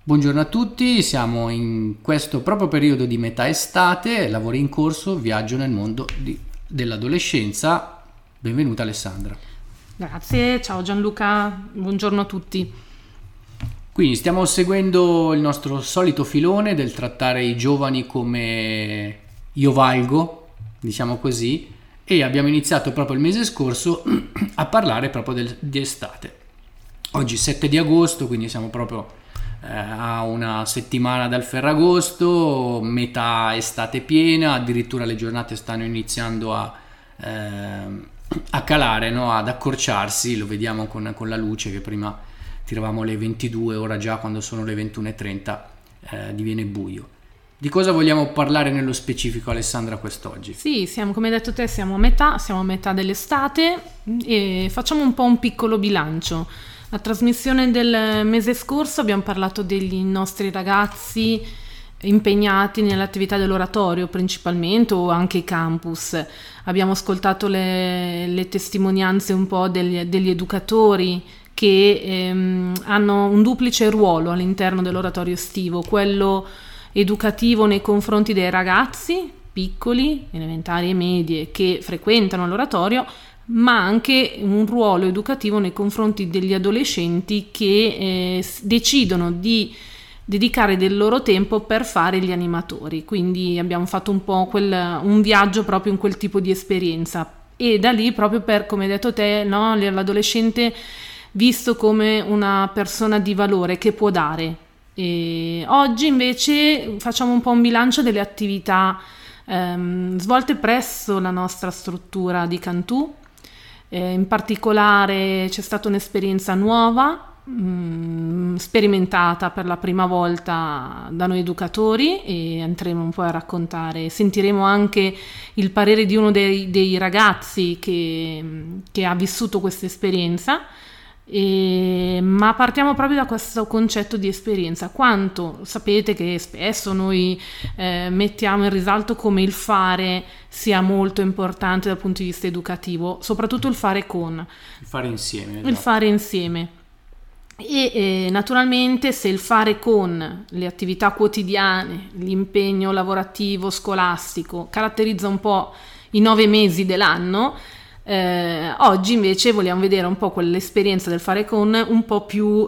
Buongiorno a tutti, siamo in questo proprio periodo di metà estate, lavori in corso, viaggio nel mondo dell'adolescenza. Benvenuta Alessandra. Grazie, ciao Gianluca, buongiorno a tutti. Quindi stiamo seguendo il nostro solito filone del trattare i giovani come io valgo, diciamo così, e abbiamo iniziato proprio il mese scorso a parlare proprio di estate. Oggi 7 di agosto, quindi siamo proprio a una settimana dal Ferragosto, metà estate piena, addirittura le giornate stanno iniziando a calare, no? Ad accorciarsi, lo vediamo con la luce che prima tiravamo le 22, ora già quando sono le 21:30 diviene buio. Di cosa vogliamo parlare nello specifico, Alessandra, quest'oggi? Sì, come hai detto te, siamo a metà dell'estate e facciamo un po' un piccolo bilancio. La trasmissione del mese scorso abbiamo parlato degli nostri ragazzi impegnati nell'attività dell'oratorio principalmente, o anche i campus. Abbiamo ascoltato le testimonianze un po' degli educatori che hanno un duplice ruolo all'interno dell'oratorio estivo, quello educativo nei confronti dei ragazzi piccoli, elementari e medie, che frequentano l'oratorio, ma anche un ruolo educativo nei confronti degli adolescenti che decidono di dedicare del loro tempo per fare gli animatori. Quindi abbiamo fatto un po' un viaggio proprio in quel tipo di esperienza, e da lì proprio per, come hai detto te, no, l'adolescente visto come una persona di valore che può dare. E oggi invece facciamo un po' un bilancio delle attività svolte presso la nostra struttura di Cantù. In particolare c'è stata un'esperienza nuova, sperimentata per la prima volta da noi educatori, e andremo un po' a raccontare, sentiremo anche il parere di uno dei ragazzi che ha vissuto questa esperienza. Ma partiamo proprio da questo concetto di esperienza. Quanto sapete che spesso noi mettiamo in risalto come il fare sia molto importante dal punto di vista educativo, soprattutto il fare insieme, esatto. Il fare insieme. E naturalmente, se il fare con le attività quotidiane, l'impegno lavorativo, scolastico caratterizza un po' i 9 mesi dell'anno, oggi invece vogliamo vedere un po' quell'esperienza del fare con un po' più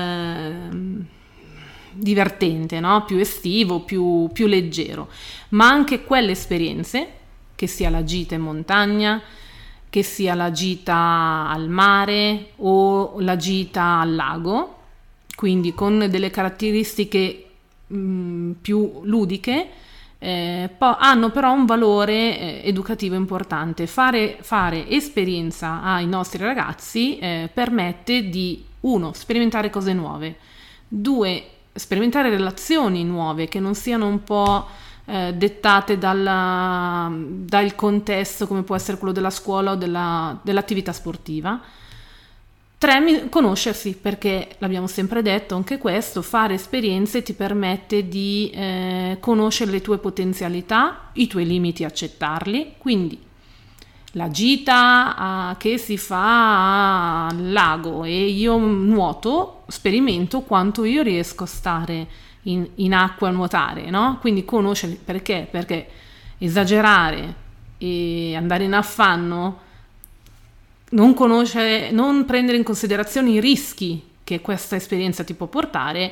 divertente, no? Più estivo, più leggero, ma anche quelle esperienze, che sia la gita in montagna, che sia la gita al mare o la gita al lago, quindi con delle caratteristiche più ludiche, hanno però un valore educativo importante. Fare esperienza ai nostri ragazzi permette di, 1, sperimentare cose nuove, 2, sperimentare relazioni nuove che non siano un po' dettate dal contesto, come può essere quello della scuola o dell'attività sportiva. 3, conoscersi, perché l'abbiamo sempre detto anche questo, fare esperienze ti permette di conoscere le tue potenzialità, i tuoi limiti, accettarli. Quindi la gita che si fa al lago e io nuoto, sperimento quanto io riesco a stare in acqua a nuotare, no? Quindi conoscere, perché esagerare e andare in affanno, non prendere in considerazione i rischi che questa esperienza ti può portare,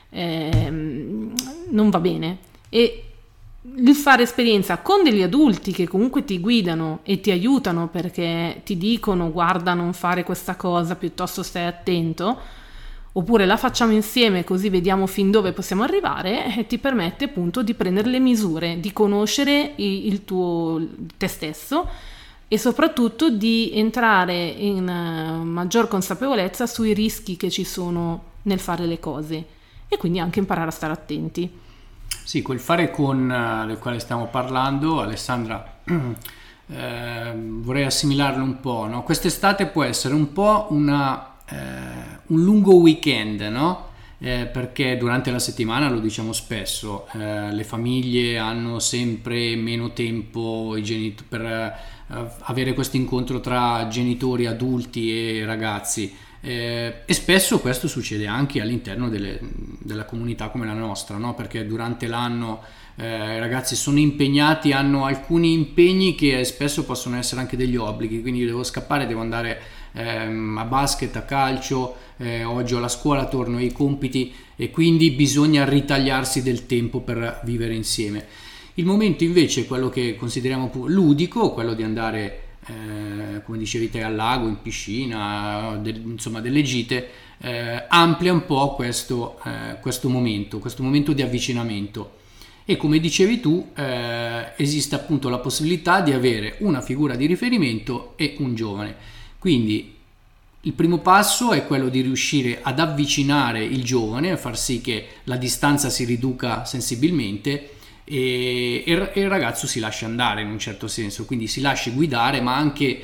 non va bene. E il fare esperienza con degli adulti che comunque ti guidano e ti aiutano, perché ti dicono: guarda, non fare questa cosa, piuttosto stai attento, oppure la facciamo insieme così vediamo fin dove possiamo arrivare, e ti permette appunto di prendere le misure, di conoscere te stesso, e soprattutto di entrare in maggior consapevolezza sui rischi che ci sono nel fare le cose, e quindi anche imparare a stare attenti. Sì, quel fare con del quale stiamo parlando, Alessandra, vorrei assimilarlo un po', no? Quest'estate può essere un po' un lungo weekend, no? Perché durante la settimana, lo diciamo spesso, le famiglie hanno sempre meno tempo per avere questo incontro tra genitori, adulti e ragazzi, E spesso questo succede anche all'interno della comunità come la nostra, no? Perché durante l'anno i ragazzi sono impegnati, hanno alcuni impegni che spesso possono essere anche degli obblighi, quindi io devo scappare, devo andare a basket, a calcio, oggi ho la scuola, torno ai compiti, e quindi bisogna ritagliarsi del tempo per vivere insieme. Il momento invece, quello che consideriamo ludico, quello di andare come dicevi te, al lago, in piscina, insomma delle gite, amplia un po' questo momento di avvicinamento. E come dicevi tu, esiste appunto la possibilità di avere una figura di riferimento e un giovane. Quindi il primo passo è quello di riuscire ad avvicinare il giovane, a far sì che la distanza si riduca sensibilmente, e il ragazzo si lascia andare in un certo senso, quindi si lasci guidare, ma anche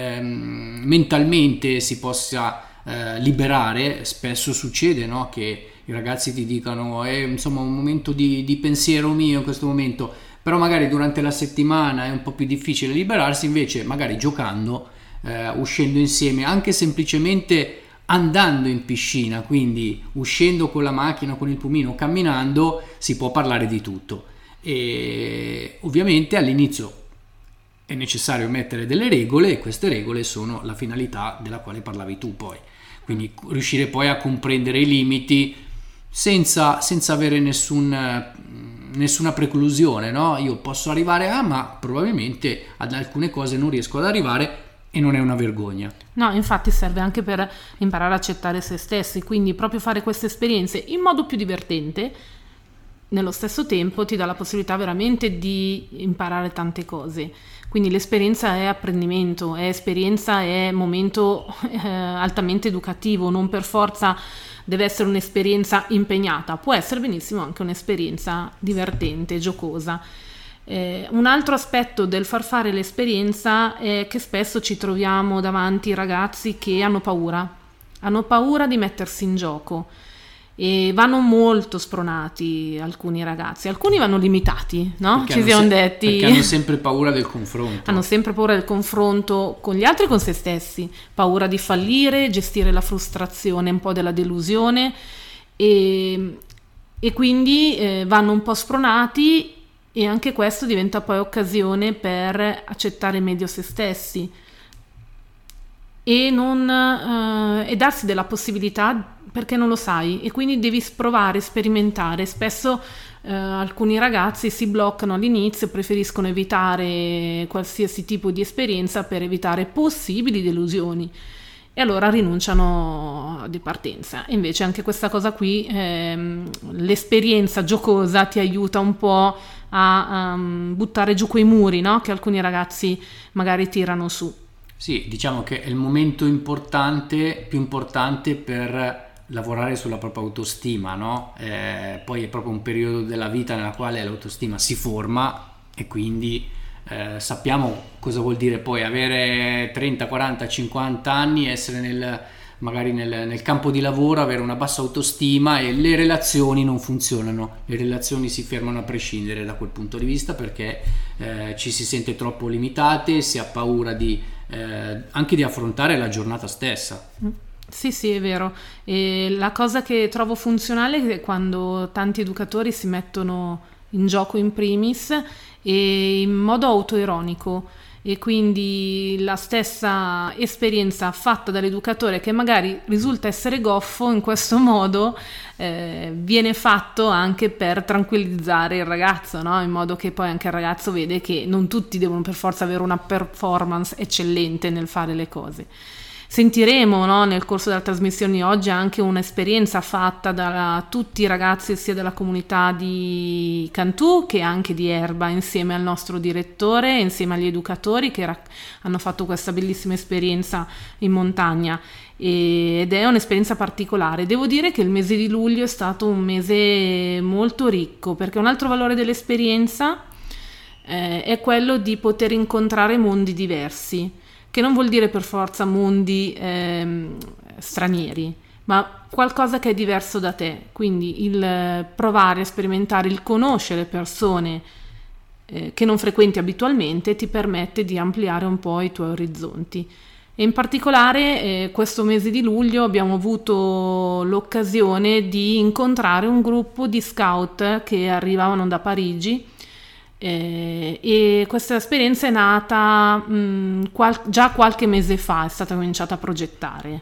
mentalmente si possa liberare. Spesso succede, no, che i ragazzi ti dicano insomma un momento di pensiero mio in questo momento, però magari durante la settimana è un po' più difficile liberarsi, invece magari giocando, uscendo insieme, anche semplicemente andando in piscina, quindi uscendo con la macchina, con il pulmino, camminando, si può parlare di tutto. E ovviamente all'inizio è necessario mettere delle regole, e queste regole sono la finalità della quale parlavi tu poi, quindi riuscire poi a comprendere i limiti senza avere nessuna preclusione, no? Io posso arrivare ma probabilmente ad alcune cose non riesco ad arrivare, e non è una vergogna. No, infatti serve anche per imparare a accettare se stessi, quindi proprio fare queste esperienze in modo più divertente, nello stesso tempo ti dà la possibilità veramente di imparare tante cose. Quindi l'esperienza è apprendimento, è esperienza, è momento altamente educativo, non per forza deve essere un'esperienza impegnata, può essere benissimo anche un'esperienza divertente, giocosa. Un altro aspetto del far fare l'esperienza è che spesso ci troviamo davanti ragazzi che hanno paura di mettersi in gioco, e vanno molto spronati alcuni ragazzi, alcuni vanno limitati, no? Perché ci siamo detti, perché hanno sempre paura del confronto, hanno sempre paura del confronto con gli altri e con se stessi, paura di fallire, gestire la frustrazione, un po' della delusione, e quindi vanno un po' spronati, e anche questo diventa poi occasione per accettare meglio se stessi e darsi della possibilità, perché non lo sai, e quindi devi provare, sperimentare. Spesso alcuni ragazzi si bloccano all'inizio, preferiscono evitare qualsiasi tipo di esperienza per evitare possibili delusioni, e allora rinunciano di partenza. Invece anche questa cosa qui, l'esperienza giocosa ti aiuta un po' a buttare giù quei muri, no? Che alcuni ragazzi magari tirano su. Sì, diciamo che è il momento più importante per lavorare sulla propria autostima, no? Poi è proprio un periodo della vita nella quale l'autostima si forma, e quindi sappiamo cosa vuol dire poi avere 30, 40, 50 anni, essere magari nel campo di lavoro, avere una bassa autostima, e le relazioni non funzionano, le relazioni si fermano a prescindere da quel punto di vista, perché ci si sente troppo limitate, si ha paura anche di affrontare la giornata stessa. Sì, è vero. E la cosa che trovo funzionale è quando tanti educatori si mettono in gioco in primis, e in modo autoironico, e quindi la stessa esperienza fatta dall'educatore, che magari risulta essere goffo, in questo modo viene fatto anche per tranquillizzare il ragazzo, no? In modo che poi anche il ragazzo vede che non tutti devono per forza avere una performance eccellente nel fare le cose. Sentiremo, no, nel corso della trasmissione di oggi anche un'esperienza fatta da tutti i ragazzi sia della comunità di Cantù che anche di Erba, insieme al nostro direttore, insieme agli educatori che hanno fatto questa bellissima esperienza in montagna, ed è un'esperienza particolare. Devo dire che il mese di luglio è stato un mese molto ricco, perché un altro valore dell'esperienza è quello di poter incontrare mondi diversi, che non vuol dire per forza mondi stranieri, ma qualcosa che è diverso da te. Quindi il provare a sperimentare, il conoscere persone che non frequenti abitualmente ti permette di ampliare un po' i tuoi orizzonti. E in particolare questo mese di luglio abbiamo avuto l'occasione di incontrare un gruppo di scout che arrivavano da Parigi, e questa esperienza è nata già qualche mese fa, è stata cominciata a progettare,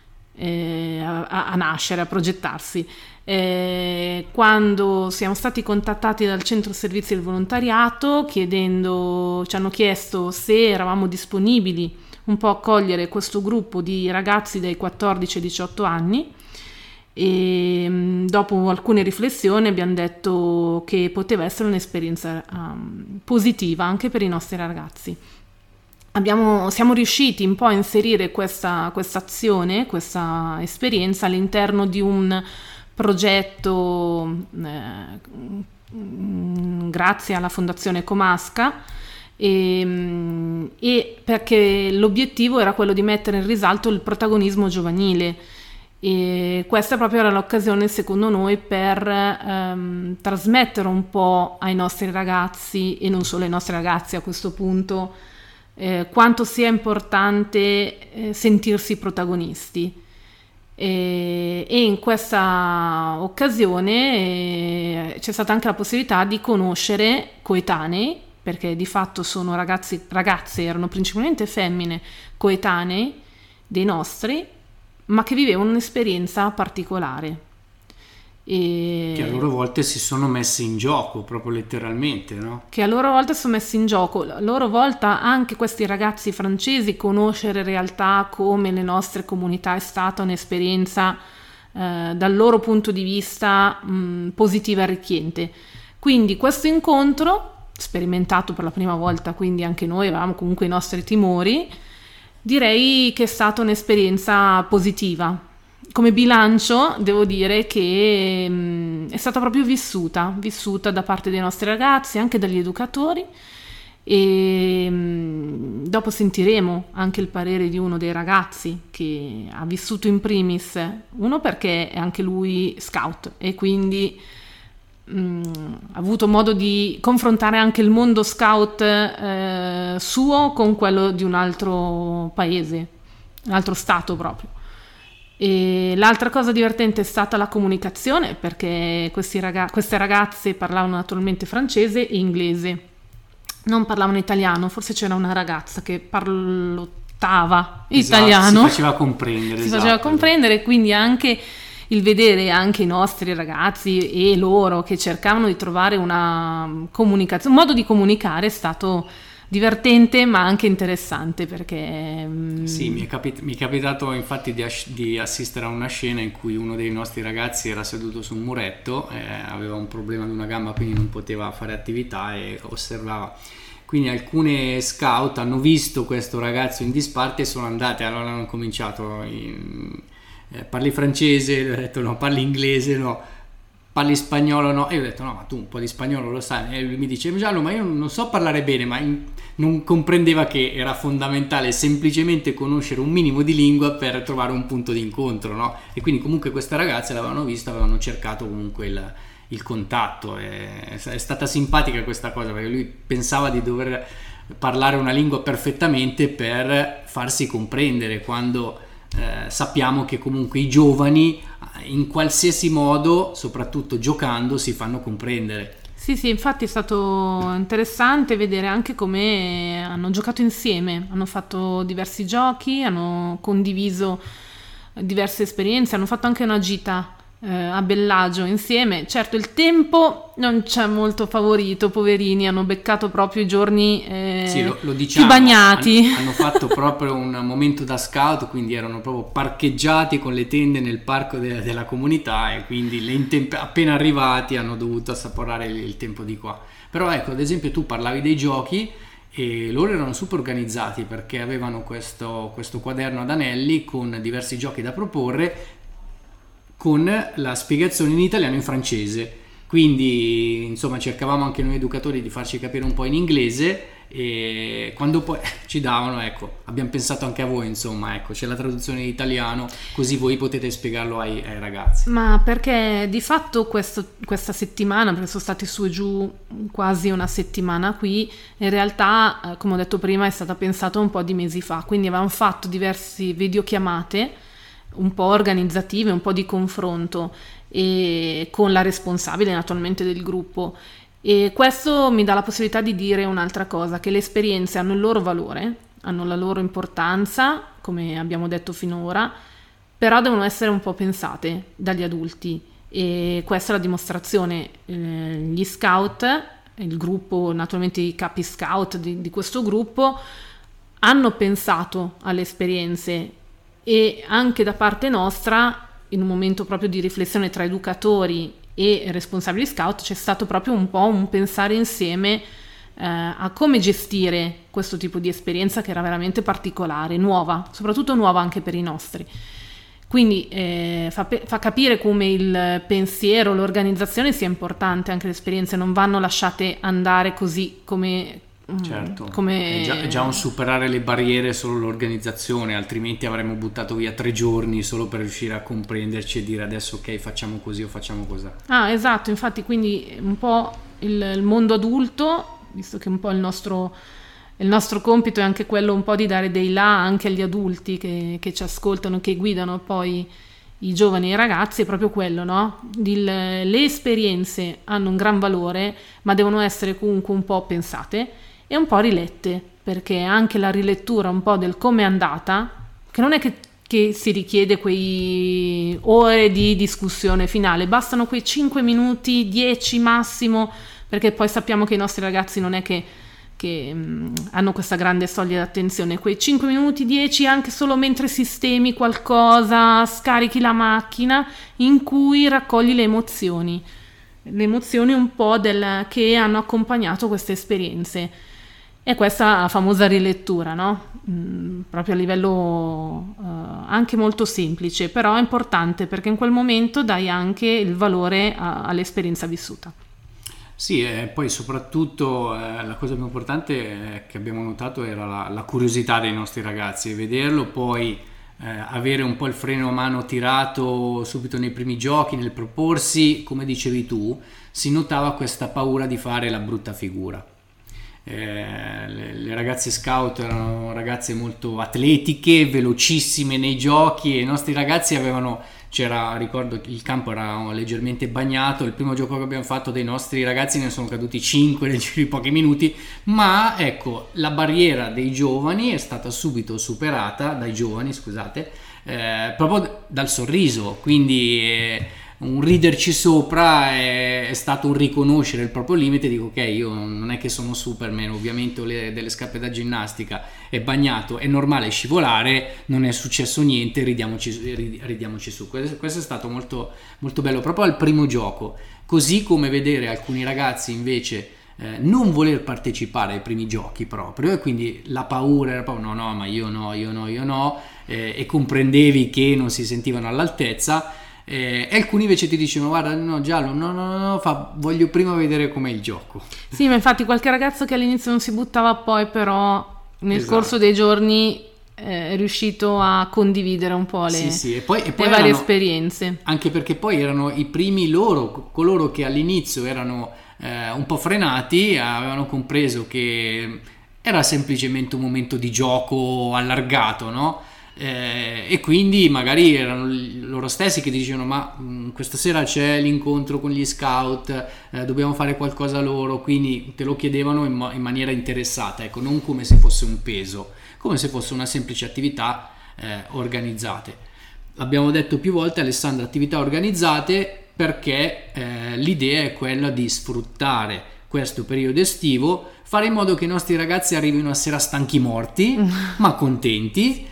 a nascere, a progettarsi. Quando siamo stati contattati dal centro servizi del volontariato ci hanno chiesto se eravamo disponibili un po' accogliere questo gruppo di ragazzi dai 14 ai 18 anni, e dopo alcune riflessioni abbiamo detto che poteva essere un'esperienza positiva anche per i nostri ragazzi. Siamo riusciti un po' a inserire questa azione, questa esperienza all'interno di un progetto grazie alla Fondazione Comasca, e perché l'obiettivo era quello di mettere in risalto il protagonismo giovanile, e questa proprio era l'occasione secondo noi per trasmettere un po' ai nostri ragazzi, e non solo ai nostri ragazzi a questo punto, quanto sia importante sentirsi protagonisti. E in questa occasione c'è stata anche la possibilità di conoscere coetanei, perché di fatto sono ragazze, erano principalmente femmine coetanei dei nostri, ma che vivevano un'esperienza particolare. Che a loro volta si sono messe in gioco, proprio letteralmente, no? Che a loro volta sono messi in gioco, a loro volta anche questi ragazzi francesi, conoscere realtà come le nostre comunità è stata un'esperienza dal loro punto di vista positiva e arricchente. Quindi questo incontro, sperimentato per la prima volta, quindi anche noi avevamo comunque i nostri timori, direi che è stata un'esperienza positiva. Come bilancio devo dire che è stata proprio vissuta da parte dei nostri ragazzi, anche dagli educatori, e dopo sentiremo anche il parere di uno dei ragazzi che ha vissuto in primis, uno perché è anche lui scout e quindi ha avuto modo di confrontare anche il mondo scout suo con quello di un altro paese, un altro stato proprio. E l'altra cosa divertente è stata la comunicazione, perché queste ragazze parlavano naturalmente francese e inglese, non parlavano italiano. Forse c'era una ragazza che parlottava italiano, si faceva comprendere, quindi anche il vedere anche i nostri ragazzi e loro che cercavano di trovare una comunicazione, un modo di comunicare, è stato divertente ma anche interessante, perché sì, mi è capitato infatti di assistere a una scena in cui uno dei nostri ragazzi era seduto su un muretto, aveva un problema di una gamba, quindi non poteva fare attività e osservava. Quindi alcune scout hanno visto questo ragazzo in disparte e sono andate, allora hanno cominciato parli francese? Ho detto no. Parli inglese? No. Parli spagnolo? No. E io ho detto no, ma tu un po' di spagnolo lo sai. E lui mi dice Giallo, ma io non so parlare bene, ma non comprendeva che era fondamentale semplicemente conoscere un minimo di lingua per trovare un punto di incontro, no? E quindi comunque queste ragazze l'avevano vista, avevano cercato comunque il contatto. È stata simpatica questa cosa, perché lui pensava di dover parlare una lingua perfettamente per farsi comprendere, quando sappiamo che comunque i giovani in qualsiasi modo, soprattutto giocando, si fanno comprendere. Sì, infatti è stato interessante vedere anche come hanno giocato insieme, hanno fatto diversi giochi, hanno condiviso diverse esperienze, hanno fatto anche una gita a Bellagio insieme. Certo, il tempo non c'è molto favorito, poverini, hanno beccato proprio i giorni sì, lo diciamo, più bagnati. Hanno fatto proprio un momento da scout, quindi erano proprio parcheggiati con le tende nel parco della comunità, e quindi appena arrivati hanno dovuto assaporare il tempo di qua. Però ecco, ad esempio tu parlavi dei giochi e loro erano super organizzati, perché avevano questo quaderno ad anelli con diversi giochi da proporre, con la spiegazione in italiano e in francese. Quindi insomma cercavamo anche noi educatori di farci capire un po' in inglese, e quando poi ci davano, ecco, abbiamo pensato anche a voi, insomma, ecco, c'è la traduzione in italiano, così voi potete spiegarlo ai ragazzi. Ma perché di fatto questa settimana, perché sono stati su e giù quasi una settimana qui, in realtà, come ho detto prima, è stata pensata un po' di mesi fa, quindi avevamo fatto diverse videochiamate, un po' organizzative, un po' di confronto e con la responsabile naturalmente del gruppo. E questo mi dà la possibilità di dire un'altra cosa, che le esperienze hanno il loro valore, hanno la loro importanza, come abbiamo detto finora, però devono essere un po' pensate dagli adulti e questa è la dimostrazione. Gli scout, il gruppo, naturalmente i capi scout di questo gruppo, hanno pensato alle esperienze e anche da parte nostra, in un momento proprio di riflessione tra educatori e responsabili scout, c'è stato proprio un po' un pensare insieme a come gestire questo tipo di esperienza che era veramente particolare, nuova, soprattutto nuova anche per i nostri. Quindi fa capire come il pensiero, l'organizzazione sia importante, anche le esperienze non vanno lasciate andare così come... Certo, è già un superare le barriere solo l'organizzazione, altrimenti avremmo buttato via 3 giorni solo per riuscire a comprenderci e dire adesso ok, facciamo così o facciamo così. Ah, esatto, infatti quindi un po' il mondo adulto, visto che un po' il nostro compito è anche quello un po' di dare dei là anche agli adulti che ci ascoltano, che guidano poi i giovani e i ragazzi, è proprio quello, no? Le esperienze hanno un gran valore, ma devono essere comunque un po' pensate e un po' rilette, perché anche la rilettura un po' del come è andata, che non è che si richiede quei ore di discussione finale, bastano quei 5 minuti, 10 massimo, perché poi sappiamo che i nostri ragazzi non è che hanno questa grande soglia d'attenzione, quei 5 minuti, 10 anche solo mentre sistemi qualcosa, scarichi la macchina, in cui raccogli le emozioni un po' che hanno accompagnato queste esperienze. E questa famosa rilettura, no? Proprio a livello anche molto semplice, però è importante perché in quel momento dai anche il valore all'esperienza vissuta. Sì, e poi soprattutto la cosa più importante che abbiamo notato era la curiosità dei nostri ragazzi, vederlo poi avere un po' il freno a mano tirato subito nei primi giochi, nel proporsi, come dicevi tu, si notava questa paura di fare la brutta figura. Le ragazze scout erano ragazze molto atletiche, velocissime nei giochi e i nostri ragazzi ricordo il campo era leggermente bagnato, il primo gioco che abbiamo fatto dei nostri ragazzi ne sono caduti 5 nel giro di pochi minuti, ma ecco, la barriera dei giovani è stata subito superata, dai giovani scusate, proprio dal sorriso, quindi un riderci sopra è stato un riconoscere il proprio limite. Dico ok, io non è che sono Superman, ovviamente ho delle scarpe da ginnastica, è bagnato, è normale scivolare, non è successo niente, ridiamoci su. Questo è stato molto, molto bello proprio al primo gioco, così come vedere alcuni ragazzi invece non voler partecipare ai primi giochi proprio, e quindi la paura era proprio no, ma io no, e comprendevi che non si sentivano all'altezza. E alcuni invece ti dicono guarda no Giallo no, voglio prima vedere com'è il gioco. Sì, ma infatti qualche ragazzo che all'inizio non si buttava, poi però nel corso dei giorni è riuscito a condividere un po' le varie esperienze, anche perché poi erano i primi coloro che all'inizio erano un po' frenati, avevano compreso che era semplicemente un momento di gioco allargato, no? E quindi magari erano loro stessi che dicevano ma questa sera c'è l'incontro con gli scout, dobbiamo fare qualcosa loro, quindi te lo chiedevano in maniera interessata, ecco, non come se fosse un peso, come se fosse una semplice attività organizzate. L'abbiamo detto più volte, Alessandra, attività organizzate perché l'idea è quella di sfruttare questo periodo estivo, fare in modo che i nostri ragazzi arrivino a sera stanchi morti ma contenti,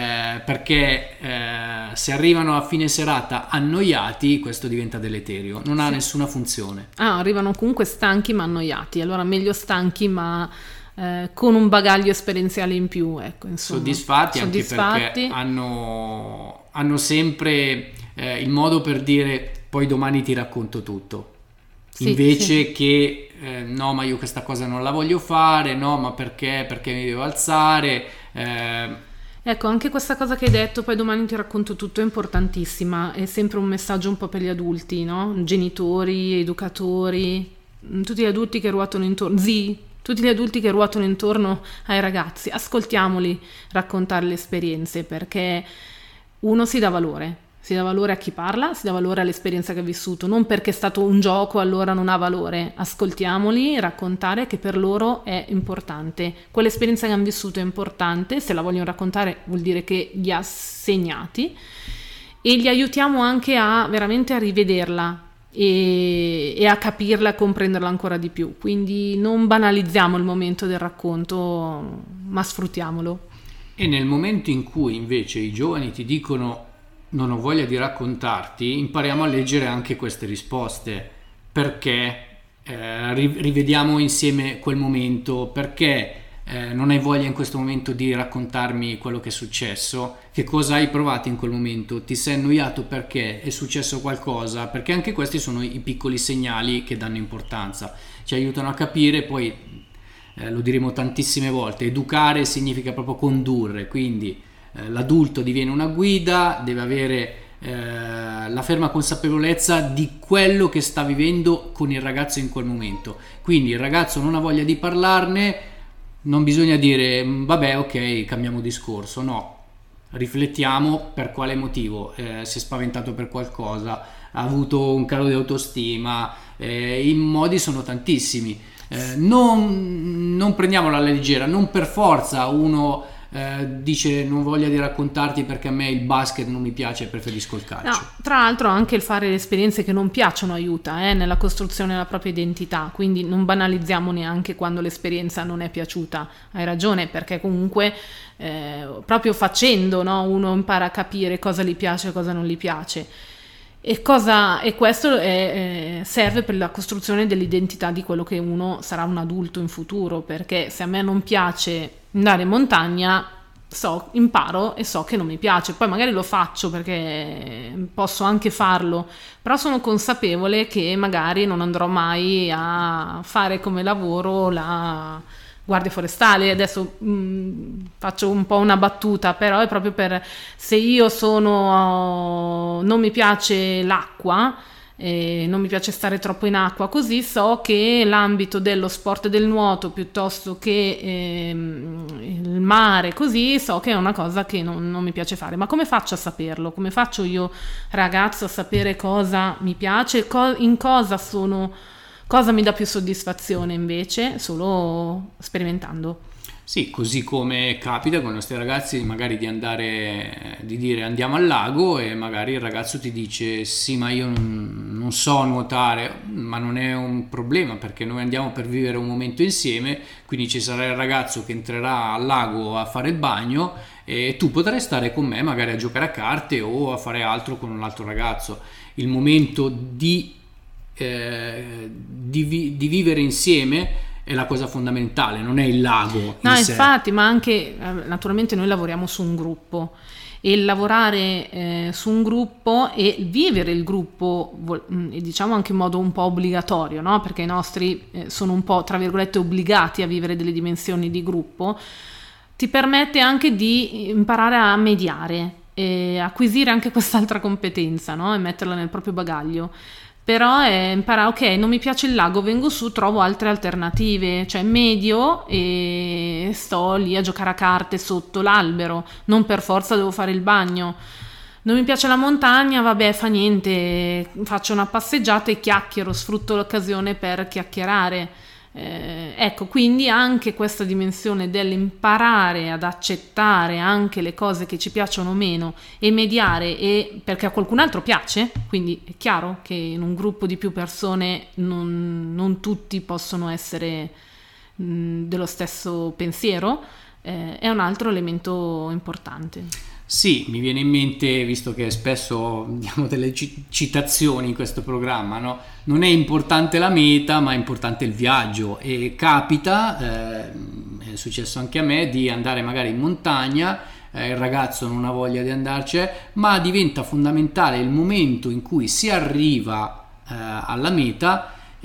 perché se arrivano a fine serata annoiati questo diventa deleterio, non ha nessuna funzione. Arrivano comunque stanchi ma annoiati, allora meglio stanchi ma con un bagaglio esperienziale in più, ecco, insomma. Soddisfatti anche perché hanno sempre il modo per dire poi domani ti racconto tutto. Sì, invece sì. che no, ma io questa cosa non la voglio fare, no, ma perché mi devo alzare? Ecco, anche questa cosa che hai detto, poi domani ti racconto tutto, è importantissima, è sempre un messaggio un po' per gli adulti, no? Genitori, educatori, tutti gli adulti che ruotano intorno, zii, tutti gli adulti che ruotano intorno ai ragazzi, ascoltiamoli raccontare le esperienze, perché uno si dà valore a chi parla, si dà valore all'esperienza che ha vissuto, non perché è stato un gioco allora non ha valore, ascoltiamoli raccontare che per loro è importante, quell'esperienza che hanno vissuto è importante, se la vogliono raccontare vuol dire che li ha segnati e li aiutiamo anche a veramente a rivederla e a capirla, a comprenderla ancora di più, quindi non banalizziamo il momento del racconto, ma sfruttiamolo. E nel momento in cui invece i giovani ti dicono non ho voglia di raccontarti, impariamo a leggere anche queste risposte, perché rivediamo insieme quel momento, perché non hai voglia in questo momento di raccontarmi quello che è successo, che cosa hai provato in quel momento, ti sei annoiato perché è successo qualcosa, perché anche questi sono i piccoli segnali che danno importanza, ci aiutano a capire. Poi lo diremo tantissime volte, educare significa proprio condurre, quindi l'adulto diviene una guida, deve avere la ferma consapevolezza di quello che sta vivendo con il ragazzo in quel momento. Quindi il ragazzo non ha voglia di parlarne, non bisogna dire vabbè, ok, cambiamo discorso, no, riflettiamo per quale motivo, si è spaventato per qualcosa, ha avuto un calo di autostima, i modi sono tantissimi. Non prendiamola alla leggera, non per forza uno dice non voglia di raccontarti perché a me il basket non mi piace, preferisco il calcio. No, tra l'altro anche il fare le esperienze che non piacciono aiuta nella costruzione della propria identità, quindi non banalizziamo neanche quando l'esperienza non è piaciuta, hai ragione, perché comunque proprio facendo, no, uno impara a capire cosa gli piace e cosa non gli piace. E questo serve per la costruzione dell'identità di quello che uno sarà un adulto in futuro, perché se a me non piace andare in montagna, imparo e so che non mi piace, poi magari lo faccio perché posso anche farlo, però sono consapevole che magari non andrò mai a fare come lavoro la guardia forestale. Adesso faccio un po' una battuta, però è proprio per se io non mi piace l'acqua, non mi piace stare troppo in acqua, così so che l'ambito dello sport del nuoto piuttosto che il mare, così so che è una cosa che non mi piace fare. Ma come faccio a saperlo? Come faccio io, ragazzo, a sapere cosa mi piace, in cosa cosa mi dà più soddisfazione invece? Solo sperimentando. Sì, così come capita con i nostri ragazzi magari di dire andiamo al lago e magari il ragazzo ti dice sì, ma io non so nuotare, ma non è un problema perché noi andiamo per vivere un momento insieme, quindi ci sarà il ragazzo che entrerà al lago a fare il bagno e tu potrai stare con me magari a giocare a carte o a fare altro con un altro ragazzo. Il momento di vivere insieme è la cosa fondamentale, non è il lago in No, sé. infatti, ma anche naturalmente noi lavoriamo su un gruppo e il lavorare su un gruppo e vivere il gruppo, diciamo anche in modo un po' obbligatorio, no? Perché i nostri sono un po', tra virgolette, obbligati a vivere delle dimensioni di gruppo, ti permette anche di imparare a mediare e acquisire anche quest'altra competenza, no? E metterla nel proprio bagaglio. Però è imparare, ok, non mi piace il lago, vengo su, trovo altre alternative, cioè medio e sto lì a giocare a carte sotto l'albero, non per forza devo fare il bagno. Non mi piace la montagna, vabbè, fa niente, faccio una passeggiata e chiacchiero, sfrutto l'occasione per chiacchierare. Ecco, quindi anche questa dimensione dell'imparare ad accettare anche le cose che ci piacciono meno e mediare, e perché a qualcun altro piace, quindi è chiaro che in un gruppo di più persone non tutti possono essere dello stesso pensiero, è un altro elemento importante. Sì, mi viene in mente, visto che spesso diamo delle citazioni in questo programma, no? Non è importante la meta, ma è importante il viaggio e capita, è successo anche a me, di andare magari in montagna, il ragazzo non ha voglia di andarci, ma diventa fondamentale il momento in cui si arriva alla meta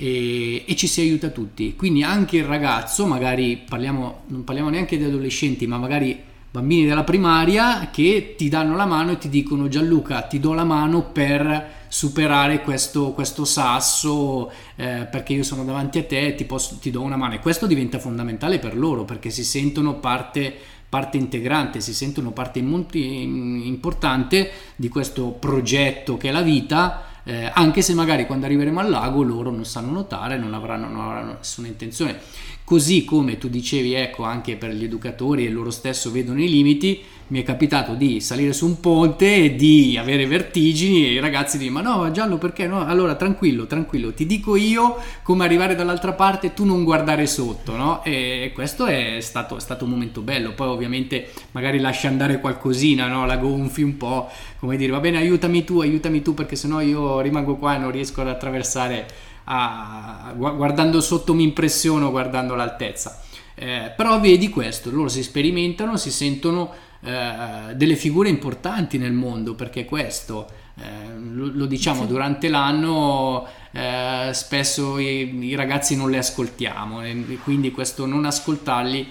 e ci si aiuta tutti. Quindi anche il ragazzo, magari non parliamo neanche di adolescenti, ma magari bambini della primaria che ti danno la mano e ti dicono: Gianluca, ti do la mano per superare questo sasso, perché io sono davanti a te e ti do una mano. E questo diventa fondamentale per loro, perché si sentono parte integrante, si sentono parte molto importante di questo progetto che è la vita, anche se magari quando arriveremo al lago loro non sanno nuotare, non avranno nessuna intenzione. Così come tu dicevi, ecco, anche per gli educatori, e loro stesso vedono i limiti. Mi è capitato di salire su un ponte e di avere vertigini e i ragazzi dicono: ma no Giallo, perché no? Allora tranquillo, ti dico io come arrivare dall'altra parte, tu non guardare sotto, no? E questo è stato un momento bello. Poi ovviamente magari lasci andare qualcosina, no? La gonfi un po', come dire: va bene, aiutami tu, perché sennò io rimango qua e non riesco ad attraversare, guardando sotto mi impressiono guardando l'altezza. Però vedi questo, loro si sperimentano, si sentono delle figure importanti nel mondo, perché questo lo diciamo, sì, durante l'anno spesso i ragazzi non li ascoltiamo, e quindi questo non ascoltarli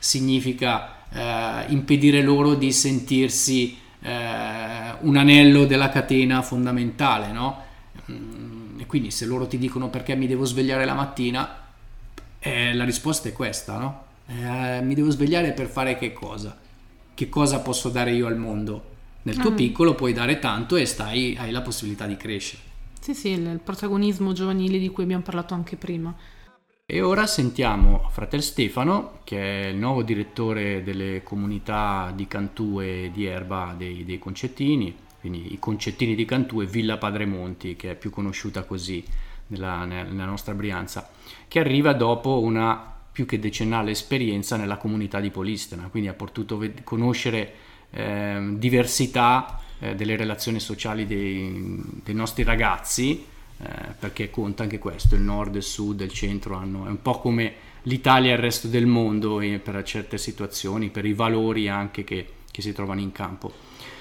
significa impedire loro di sentirsi un anello della catena fondamentale, no? E quindi se loro ti dicono: perché mi devo svegliare la mattina, la risposta è questa, no? Mi devo svegliare per fare che cosa? Che cosa posso dare io al mondo? Nel tuo piccolo puoi dare tanto e hai la possibilità di crescere. Sì, il protagonismo giovanile di cui abbiamo parlato anche prima. E ora sentiamo Fratel Stefano, che è il nuovo direttore delle comunità di Cantù e di Erba dei Concettini, quindi i Concettini di Cantù e Villa Padremonti, che è più conosciuta così nella nostra Brianza, che arriva dopo una più che decennale esperienza nella comunità di Polistena, quindi ha potuto conoscere diversità delle relazioni sociali dei nostri ragazzi, perché conta anche questo: il nord, il sud, il centro è un po' come l'Italia e il resto del mondo, per certe situazioni, per i valori anche che si trovano in campo.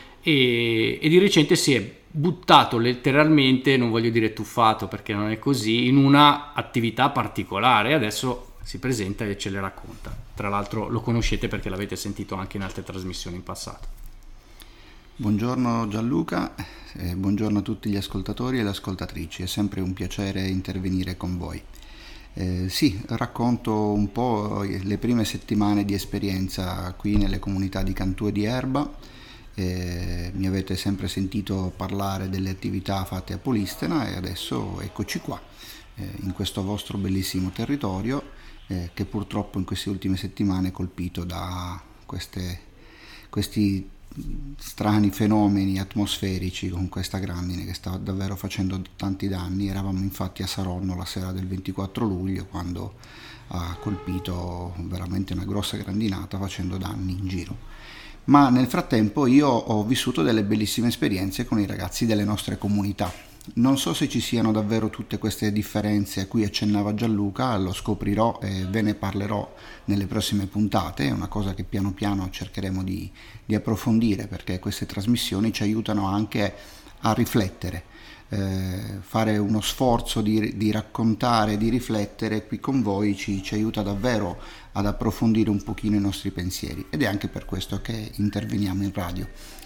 E di recente si è buttato letteralmente, non voglio dire tuffato perché non è così, in una attività particolare. Adesso si presenta e ce le racconta. Tra l'altro lo conoscete perché l'avete sentito anche in altre trasmissioni in passato. Buongiorno Gianluca, buongiorno a tutti gli ascoltatori e le ascoltatrici, è sempre un piacere intervenire con voi. Sì, racconto un po' le prime settimane di esperienza qui nelle comunità di Cantù e di Erba. Mi avete sempre sentito parlare delle attività fatte a Polistena e adesso eccoci qua, in questo vostro bellissimo territorio, che purtroppo in queste ultime settimane è colpito da questi strani fenomeni atmosferici, con questa grandine che sta davvero facendo tanti danni. Eravamo infatti a Saronno la sera del 24 luglio quando ha colpito veramente una grossa grandinata facendo danni in giro. Ma nel frattempo io ho vissuto delle bellissime esperienze con i ragazzi delle nostre comunità. Non so se ci siano davvero tutte queste differenze a cui accennava Gianluca, lo scoprirò e ve ne parlerò nelle prossime puntate. È una cosa che piano piano cercheremo di approfondire, perché queste trasmissioni ci aiutano anche a riflettere, fare uno sforzo di raccontare, di riflettere qui con voi ci aiuta davvero ad approfondire un pochino i nostri pensieri, ed è anche per questo che interveniamo in radio.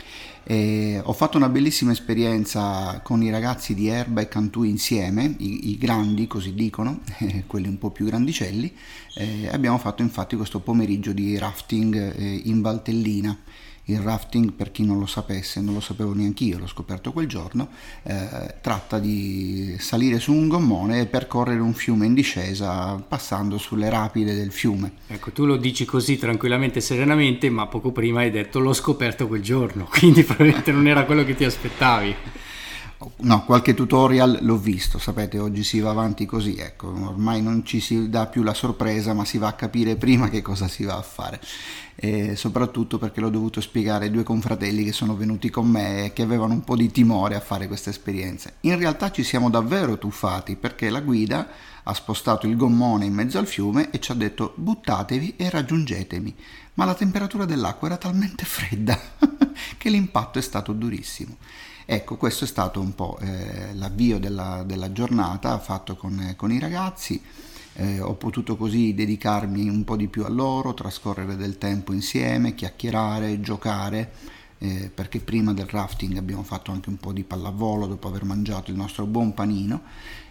Ho fatto una bellissima esperienza con i ragazzi di Erba e Cantù insieme, i grandi così dicono, quelli un po' più grandicelli. Abbiamo fatto infatti questo pomeriggio di rafting in Valtellina. Il rafting, per chi non lo sapesse, non lo sapevo neanche io, l'ho scoperto quel giorno, tratta di salire su un gommone e percorrere un fiume in discesa passando sulle rapide del fiume. Ecco, tu lo dici così tranquillamente, serenamente, ma poco prima hai detto l'ho scoperto quel giorno, quindi probabilmente non era quello che ti aspettavi. No, qualche tutorial l'ho visto, sapete, oggi si va avanti così, ecco, ormai non ci si dà più la sorpresa, ma si va a capire prima che cosa si va a fare, e soprattutto perché l'ho dovuto spiegare ai due confratelli che sono venuti con me e che avevano un po' di timore a fare questa esperienza. In realtà ci siamo davvero tuffati, perché la guida ha spostato il gommone in mezzo al fiume e ci ha detto: buttatevi e raggiungetemi. Ma la temperatura dell'acqua era talmente fredda che l'impatto è stato durissimo. Ecco, questo è stato un po' l'avvio della giornata fatto con i ragazzi. Ho potuto così dedicarmi un po' di più a loro, trascorrere del tempo insieme, chiacchierare, giocare, perché prima del rafting abbiamo fatto anche un po' di pallavolo dopo aver mangiato il nostro buon panino,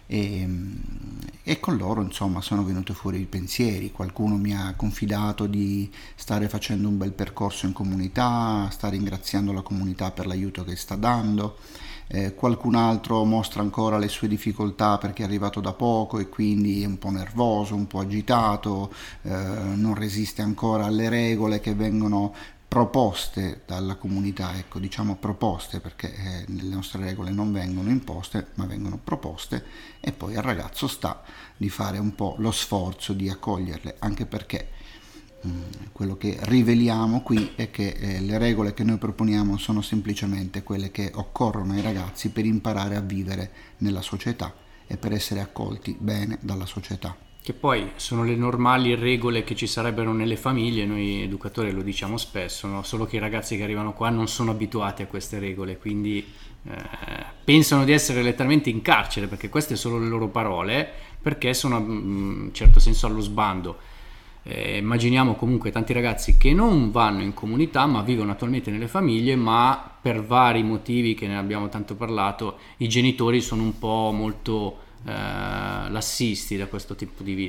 e con loro insomma sono venuti fuori i pensieri. Qualcuno mi ha confidato di stare facendo un bel percorso in comunità, sta ringraziando la comunità per l'aiuto che sta dando. Qualcun altro mostra ancora le sue difficoltà perché è arrivato da poco e quindi è un po' nervoso, un po' agitato, non resiste ancora alle regole che vengono proposte dalla comunità, ecco, diciamo proposte, perché le nostre regole non vengono imposte ma vengono proposte, e poi al ragazzo sta di fare un po' lo sforzo di accoglierle, anche perché quello che riveliamo qui è che le regole che noi proponiamo sono semplicemente quelle che occorrono ai ragazzi per imparare a vivere nella società e per essere accolti bene dalla società. Che poi sono le normali regole che ci sarebbero nelle famiglie, noi educatori lo diciamo spesso, no? Solo che i ragazzi che arrivano qua non sono abituati a queste regole, quindi pensano di essere letteralmente in carcere, perché queste sono le loro parole, perché sono in certo senso allo sbando. Immaginiamo comunque tanti ragazzi che non vanno in comunità ma vivono attualmente nelle famiglie, ma per vari motivi che ne abbiamo tanto parlato i genitori sono un po' molto lassisti da questo punto di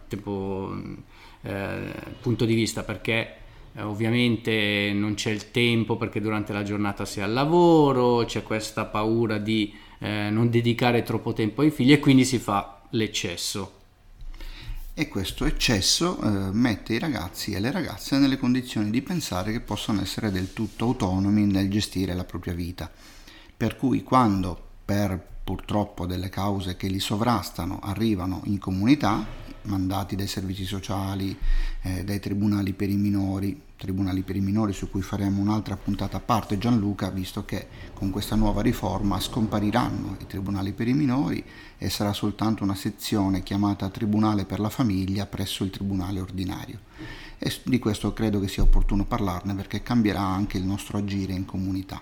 vista, perché ovviamente non c'è il tempo, perché durante la giornata si è al lavoro, c'è questa paura di non dedicare troppo tempo ai figli e quindi si fa l'eccesso. E questo eccesso mette i ragazzi e le ragazze nelle condizioni di pensare che possono essere del tutto autonomi nel gestire la propria vita, per cui quando per purtroppo delle cause che li sovrastano arrivano in comunità, mandati dai servizi sociali, dai tribunali per i minori su cui faremo un'altra puntata a parte, Gianluca, visto che con questa nuova riforma scompariranno i tribunali per i minori e sarà soltanto una sezione chiamata Tribunale per la famiglia presso il tribunale ordinario, e di questo credo che sia opportuno parlarne perché cambierà anche il nostro agire in comunità.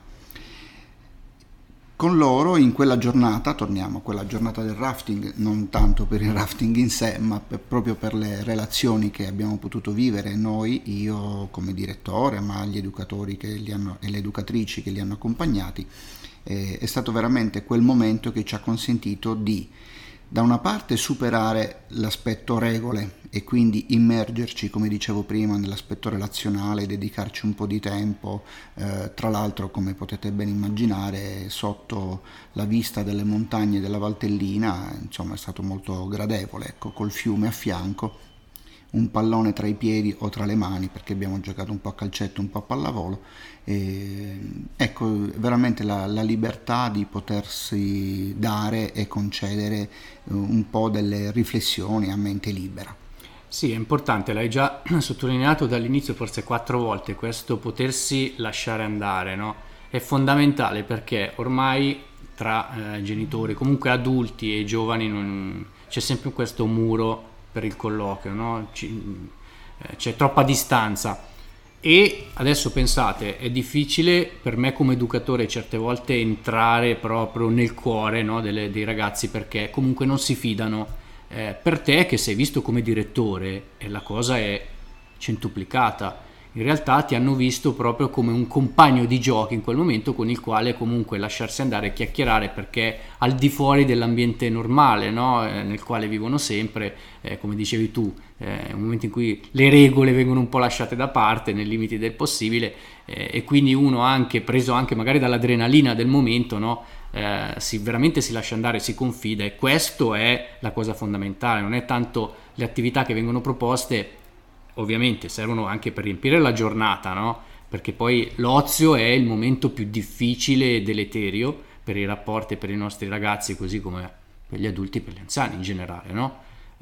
Con loro in quella giornata, torniamo a quella giornata del rafting, non tanto per il rafting in sé, ma proprio per le relazioni che abbiamo potuto vivere noi, io come direttore, ma gli educatori e le educatrici che li hanno accompagnati, è stato veramente quel momento che ci ha consentito di, da una parte, superare l'aspetto regole e quindi immergerci, come dicevo prima, nell'aspetto relazionale, dedicarci un po' di tempo, tra l'altro, come potete ben immaginare, sotto la vista delle montagne della Valtellina, insomma è stato molto gradevole, ecco, col fiume a fianco, un pallone tra i piedi o tra le mani, perché abbiamo giocato un po' a calcetto, un po' a pallavolo, ecco, veramente la libertà di potersi dare e concedere un po' delle riflessioni a mente libera. Sì, è importante, l'hai già sottolineato dall'inizio forse 4 volte, questo potersi lasciare andare, no? È fondamentale, perché ormai tra genitori, comunque adulti e giovani, c'è sempre questo muro per il colloquio, no? C'è troppa distanza. E adesso pensate, è difficile per me come educatore certe volte entrare proprio nel cuore, no, dei ragazzi, perché comunque non si fidano. Per te che sei visto come direttore la cosa è centuplicata. In realtà ti hanno visto proprio come un compagno di giochi in quel momento, con il quale comunque lasciarsi andare e chiacchierare, perché al di fuori dell'ambiente normale, no? Nel quale vivono sempre, come dicevi tu, un momento in cui le regole vengono un po' lasciate da parte nei limiti del possibile, e quindi uno, anche preso anche magari dall'adrenalina del momento, no? Veramente si lascia andare, si confida, e questo è la cosa fondamentale. Non è tanto le attività che vengono proposte, ovviamente servono anche per riempire la giornata, no? Perché poi l'ozio è il momento più difficile e deleterio per i rapporti, per i nostri ragazzi, così come per gli adulti e per gli anziani in generale, no?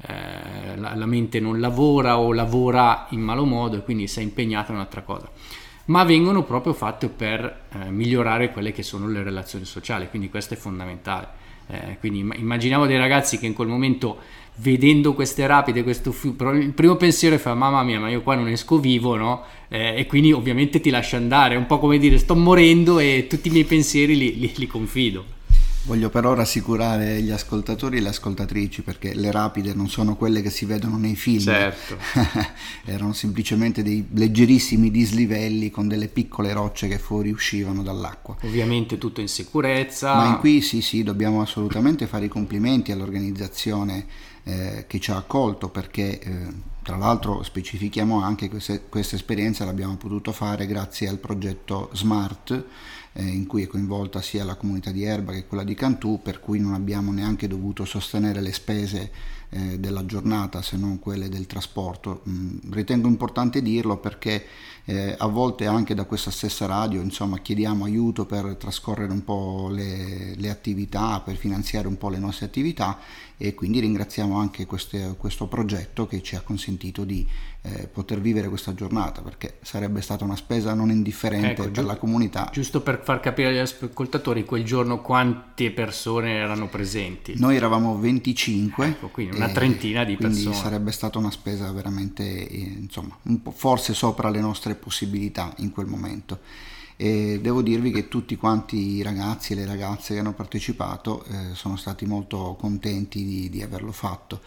La mente non lavora o lavora in malo modo e quindi sei impegnata in un'altra cosa, ma vengono proprio fatte per migliorare quelle che sono le relazioni sociali, quindi questo è fondamentale. Quindi immaginiamo dei ragazzi che in quel momento, vedendo queste rapide, il primo pensiero è fa: mamma mia, ma io qua non esco vivo, no? E quindi ovviamente ti lascia andare, è un po' come dire sto morendo e tutti i miei pensieri li confido. Voglio però rassicurare gli ascoltatori e le ascoltatrici, perché le rapide non sono quelle che si vedono nei film. Certo. Erano semplicemente dei leggerissimi dislivelli con delle piccole rocce che fuoriuscivano dall'acqua. Ovviamente tutto in sicurezza. Ma in qui sì, dobbiamo assolutamente fare i complimenti all'organizzazione che ci ha accolto, perché tra l'altro specifichiamo anche che questa esperienza l'abbiamo potuto fare grazie al progetto SMART, in cui è coinvolta sia la comunità di Erba che quella di Cantù, per cui non abbiamo neanche dovuto sostenere le spese della giornata, se non quelle del trasporto. Ritengo importante dirlo perché a volte anche da questa stessa radio, insomma, chiediamo aiuto per trascorrere un po' le attività, per finanziare un po' le nostre attività, e quindi ringraziamo anche questo progetto che ci ha consentito di poter vivere questa giornata, perché sarebbe stata una spesa non indifferente per la comunità. Giusto per far capire agli ascoltatori, quel giorno quante persone erano presenti? Noi eravamo 25, ecco, quindi una trentina di persone. Quindi sarebbe stata una spesa veramente, insomma, un po' forse sopra le nostre possibilità in quel momento. E devo dirvi che tutti quanti i ragazzi e le ragazze che hanno partecipato sono stati molto contenti di averlo fatto.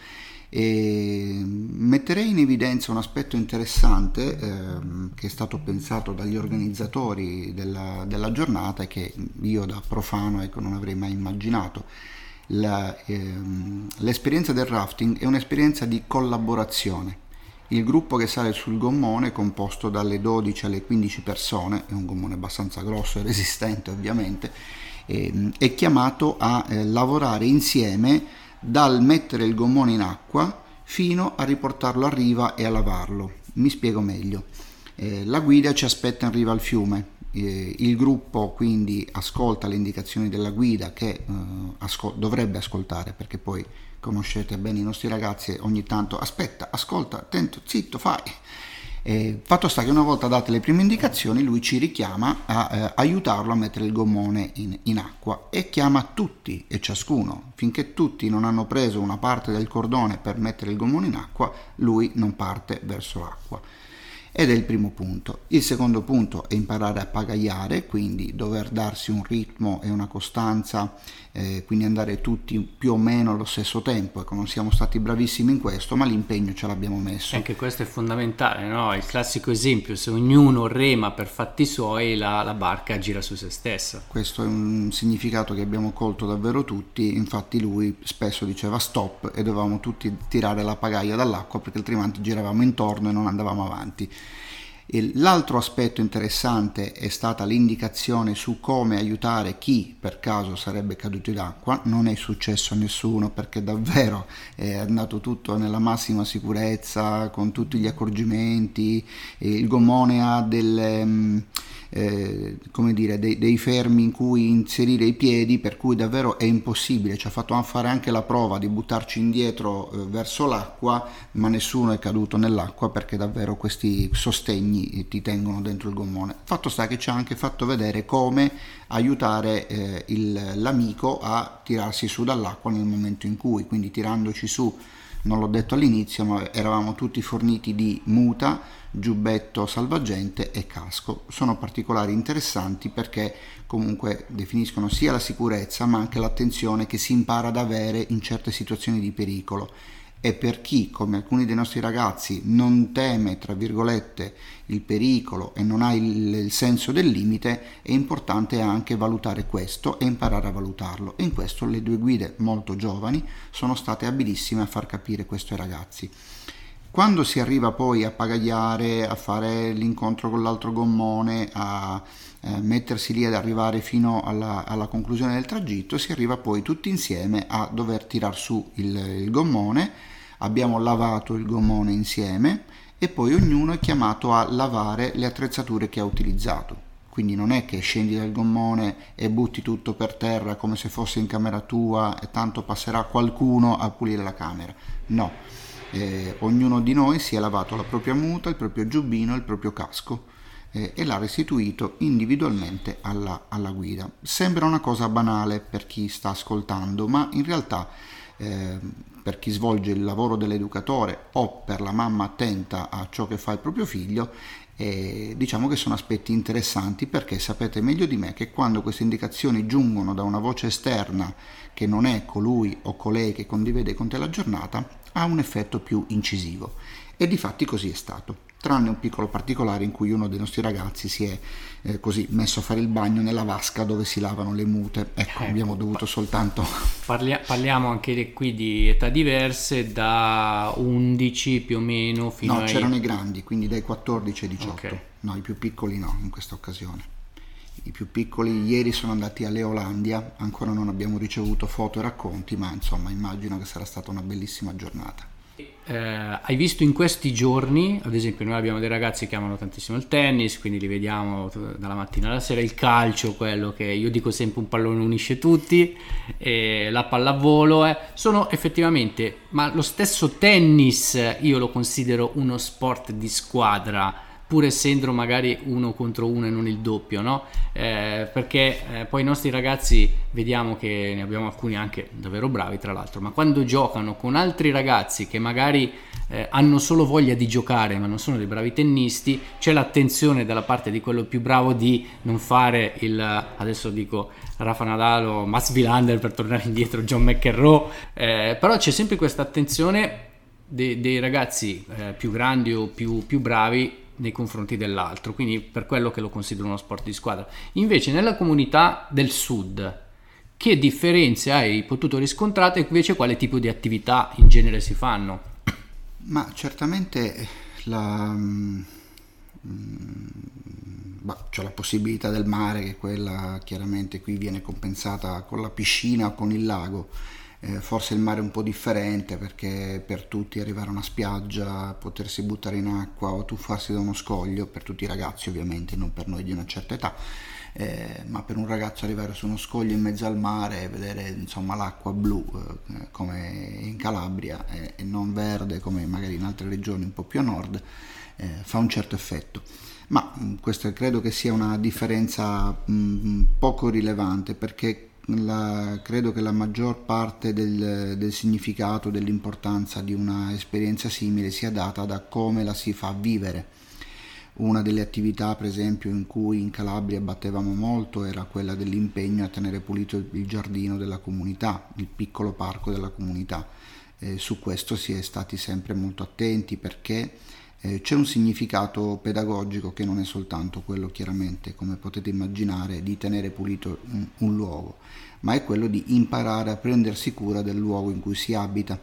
E metterei in evidenza un aspetto interessante che è stato pensato dagli organizzatori della giornata e che io da profano non avrei mai immaginato. L'esperienza del rafting è un'esperienza di collaborazione. Il gruppo che sale sul gommone è composto dalle 12 alle 15 persone, è un gommone abbastanza grosso e resistente ovviamente, è chiamato a lavorare insieme dal mettere il gommone in acqua fino a riportarlo a riva e a lavarlo. Mi spiego meglio. La guida ci aspetta in riva al fiume, il gruppo quindi ascolta le indicazioni della guida che dovrebbe ascoltare, perché poi conoscete bene i nostri ragazzi, ogni tanto aspetta, ascolta, attento, zitto, fai. Fatto sta che una volta date le prime indicazioni lui ci richiama a aiutarlo a mettere il gommone in acqua, e chiama tutti e ciascuno. Finché tutti non hanno preso una parte del cordone per mettere il gommone in acqua, lui non parte verso l'acqua. Ed è il primo punto. Il secondo punto è imparare a pagaiare, quindi dover darsi un ritmo e una costanza, quindi andare tutti più o meno allo stesso tempo. Ecco, non siamo stati bravissimi in questo, ma l'impegno ce l'abbiamo messo. Anche questo è fondamentale, no? Il classico esempio: se ognuno rema per fatti suoi, la barca gira su se stessa. Questo è un significato che abbiamo colto davvero tutti. Infatti lui spesso diceva stop e dovevamo tutti tirare la pagaia dall'acqua, perché altrimenti giravamo intorno e non andavamo avanti. L'altro aspetto interessante è stata l'indicazione su come aiutare chi per caso sarebbe caduto in acqua. Non è successo a nessuno, perché davvero è andato tutto nella massima sicurezza, con tutti gli accorgimenti. Il gommone ha dei fermi in cui inserire i piedi, per cui davvero è impossibile. Ci ha fatto fare anche la prova di buttarci indietro verso l'acqua, ma nessuno è caduto nell'acqua, perché davvero questi sostegni ti tengono dentro il gommone. Fatto sta che ci ha anche fatto vedere come aiutare l'amico a tirarsi su dall'acqua nel momento in cui, quindi tirandoci su, non l'ho detto all'inizio, ma eravamo tutti forniti di muta, giubbetto salvagente e casco. Sono particolari interessanti perché comunque definiscono sia la sicurezza ma anche l'attenzione che si impara ad avere in certe situazioni di pericolo. E per chi, come alcuni dei nostri ragazzi, non teme, tra virgolette, il pericolo e non ha il senso del limite, è importante anche valutare questo e imparare a valutarlo. E in questo le due guide molto giovani sono state abilissime a far capire questo ai ragazzi. Quando si arriva poi a pagaiare, a fare l'incontro con l'altro gommone, a mettersi lì ad arrivare fino alla conclusione del tragitto, si arriva poi tutti insieme a dover tirar su il gommone. Abbiamo lavato il gommone insieme e poi ognuno è chiamato a lavare le attrezzature che ha utilizzato. Quindi non è che scendi dal gommone e butti tutto per terra come se fosse in camera tua e tanto passerà qualcuno a pulire la camera. No, ognuno di noi si è lavato la propria muta, il proprio giubbino, il proprio casco. e l'ha restituito individualmente alla guida. Sembra una cosa banale per chi sta ascoltando, ma in realtà per chi svolge il lavoro dell'educatore o per la mamma attenta a ciò che fa il proprio figlio, diciamo che sono aspetti interessanti, perché sapete meglio di me che quando queste indicazioni giungono da una voce esterna che non è colui o colei che condivide con te la giornata, ha un effetto più incisivo, e difatti così è stato, tranne un piccolo particolare in cui uno dei nostri ragazzi si è così messo a fare il bagno nella vasca dove si lavano le mute. Ecco, abbiamo dovuto soltanto... Parliamo anche qui di età diverse, da 11 più o meno fino No, c'erano i grandi, quindi dai 14 ai 18. Okay. No, i più piccoli no, in questa occasione. I più piccoli ieri sono andati a Leolandia, ancora non abbiamo ricevuto foto e racconti, ma insomma immagino che sarà stata una bellissima giornata. Hai visto in questi giorni, ad esempio noi abbiamo dei ragazzi che amano tantissimo il tennis, quindi li vediamo dalla mattina alla sera, il calcio, quello che io dico sempre un pallone unisce tutti, la pallavolo, sono effettivamente, ma lo stesso tennis io lo considero uno sport di squadra, pur essendo magari 1 contro 1 e non il doppio, no? Perché poi i nostri ragazzi vediamo che ne abbiamo alcuni anche davvero bravi tra l'altro, ma quando giocano con altri ragazzi che magari hanno solo voglia di giocare ma non sono dei bravi tennisti, c'è l'attenzione dalla parte di quello più bravo di non fare adesso dico Rafa Nadal o Mats Wilander per tornare indietro, John McEnroe, però c'è sempre questa attenzione dei ragazzi più grandi o più bravi nei confronti dell'altro, quindi per quello che lo considero uno sport di squadra. Invece nella comunità del sud, che differenze hai potuto riscontrare, e invece quale tipo di attività in genere si fanno? Ma certamente c'è la possibilità del mare, che quella chiaramente qui viene compensata con la piscina o con il lago. Forse il mare è un po' differente, perché per tutti arrivare a una spiaggia, potersi buttare in acqua o tuffarsi da uno scoglio, per tutti i ragazzi ovviamente, non per noi di una certa età, ma per un ragazzo arrivare su uno scoglio in mezzo al mare e vedere insomma l'acqua blu come in Calabria e non verde come magari in altre regioni un po' più a nord, fa un certo effetto. Ma questa credo che sia una differenza poco rilevante, perché credo che la maggior parte del significato, dell'importanza di una esperienza simile sia data da come la si fa vivere. Una delle attività, per esempio, in cui in Calabria battevamo molto era quella dell'impegno a tenere pulito il giardino della comunità, il piccolo parco della comunità. Su questo si è stati sempre molto attenti, perché c'è un significato pedagogico che non è soltanto quello, chiaramente, come potete immaginare, di tenere pulito un luogo, ma è quello di imparare a prendersi cura del luogo in cui si abita.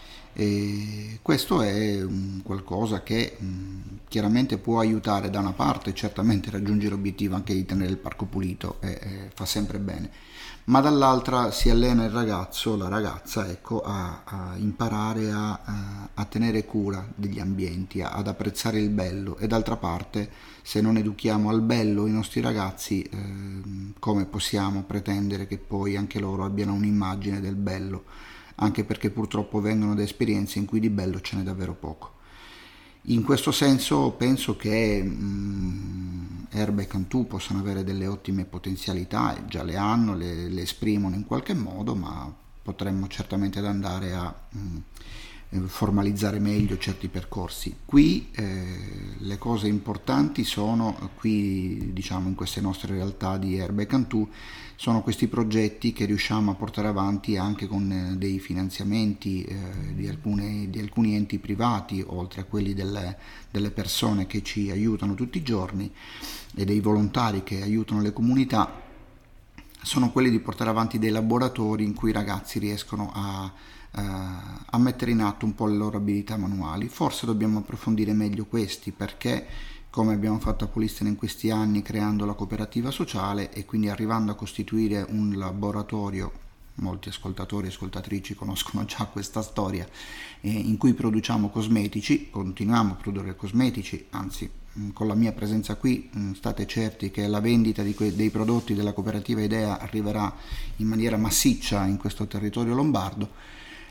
E questo è qualcosa che chiaramente può aiutare da una parte certamente a raggiungere l'obiettivo anche di tenere il parco pulito, fa sempre bene, ma dall'altra si allena il ragazzo, la ragazza, ecco, a imparare a tenere cura degli ambienti, ad apprezzare il bello. E d'altra parte, se non educhiamo al bello i nostri ragazzi, come possiamo pretendere che poi anche loro abbiano un'immagine del bello? Anche perché purtroppo vengono da esperienze in cui di bello ce n'è davvero poco. In questo senso penso che Erba e Cantù possano avere delle ottime potenzialità, e già le hanno, le esprimono in qualche modo, ma potremmo certamente andare a formalizzare meglio certi percorsi. Qui le cose importanti sono, qui diciamo in queste nostre realtà di Erba e Cantù, sono questi progetti che riusciamo a portare avanti anche con dei finanziamenti di alcuni enti privati, oltre a quelli delle persone che ci aiutano tutti i giorni e dei volontari che aiutano le comunità. Sono quelli di portare avanti dei laboratori in cui i ragazzi riescono a mettere in atto un po' le loro abilità manuali. Forse dobbiamo approfondire meglio questi, perché come abbiamo fatto a Polistena in questi anni, creando la cooperativa sociale e quindi arrivando a costituire un laboratorio, molti ascoltatori e ascoltatrici conoscono già questa storia, in cui produciamo cosmetici, continuiamo a produrre cosmetici, anzi con la mia presenza qui state certi che la vendita dei prodotti della cooperativa Idea arriverà in maniera massiccia in questo territorio lombardo.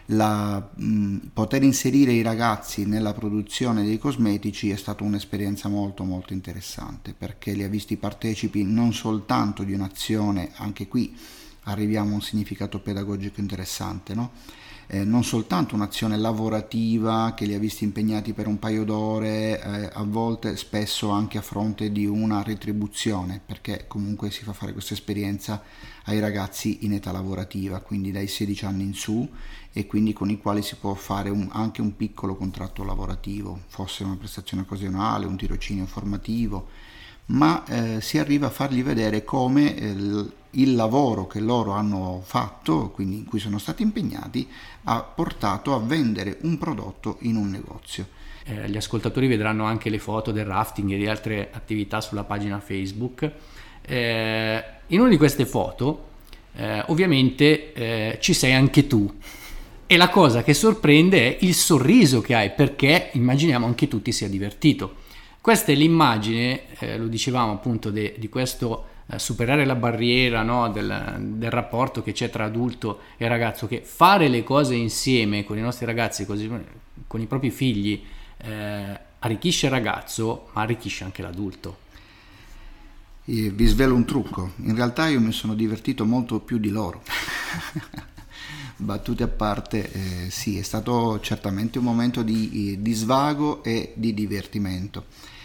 poter inserire i ragazzi nella produzione dei cosmetici è stata un'esperienza molto molto interessante, perché li ha visti partecipi non soltanto di un'azione, anche qui arriviamo a un significato pedagogico interessante, no? Non soltanto un'azione lavorativa che li ha visti impegnati per un paio d'ore, a volte spesso anche a fronte di una retribuzione, perché comunque si fa fare questa esperienza ai ragazzi in età lavorativa, quindi dai 16 anni in su, e quindi con i quali si può fare anche un piccolo contratto lavorativo, fosse una prestazione occasionale, un tirocinio formativo, ma si arriva a fargli vedere come il lavoro che loro hanno fatto, quindi in cui sono stati impegnati, ha portato a vendere un prodotto in un negozio. Gli ascoltatori vedranno anche le foto del rafting e di altre attività sulla pagina Facebook. In una di queste foto ovviamente ci sei anche tu, e la cosa che sorprende è il sorriso che hai, perché immaginiamo anche tu ti sia divertito. Questa è l'immagine, lo dicevamo appunto, di questo superare la barriera, no, del rapporto che c'è tra adulto e ragazzo, che fare le cose insieme con i nostri ragazzi, così con i propri figli, arricchisce il ragazzo, ma arricchisce anche l'adulto. Vi svelo un trucco: in realtà io mi sono divertito molto più di loro. Battute a parte, sì, è stato certamente un momento di svago e di divertimento.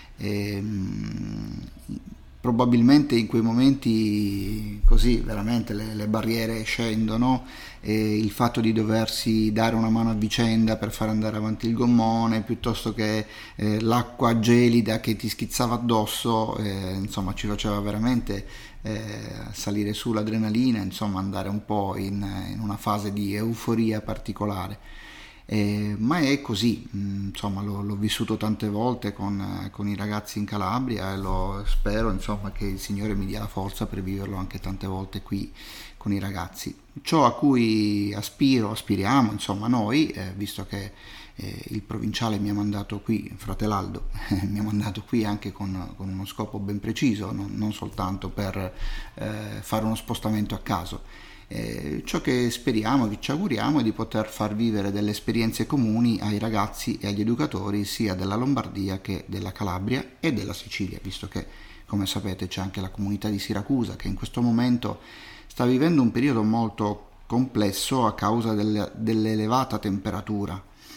Probabilmente in quei momenti così veramente le barriere scendono, e il fatto di doversi dare una mano a vicenda per far andare avanti il gommone, piuttosto che l'acqua gelida che ti schizzava addosso, insomma ci faceva veramente salire su l'adrenalina, insomma andare un po' in una fase di euforia particolare. Ma è così, insomma l'ho vissuto tante volte con i ragazzi in Calabria, e lo spero, insomma, che il Signore mi dia la forza per viverlo anche tante volte qui con i ragazzi. Ciò a cui aspiriamo, insomma, noi, visto che il provinciale mi ha mandato qui, Fratelaldo mi ha mandato qui anche con uno scopo ben preciso, non soltanto per fare uno spostamento a caso. Ciò che speriamo, che ci auguriamo, è di poter far vivere delle esperienze comuni ai ragazzi e agli educatori sia della Lombardia che della Calabria e della Sicilia, visto che, come sapete, c'è anche la comunità di Siracusa che in questo momento sta vivendo un periodo molto complesso a causa dell'elevata temperatura.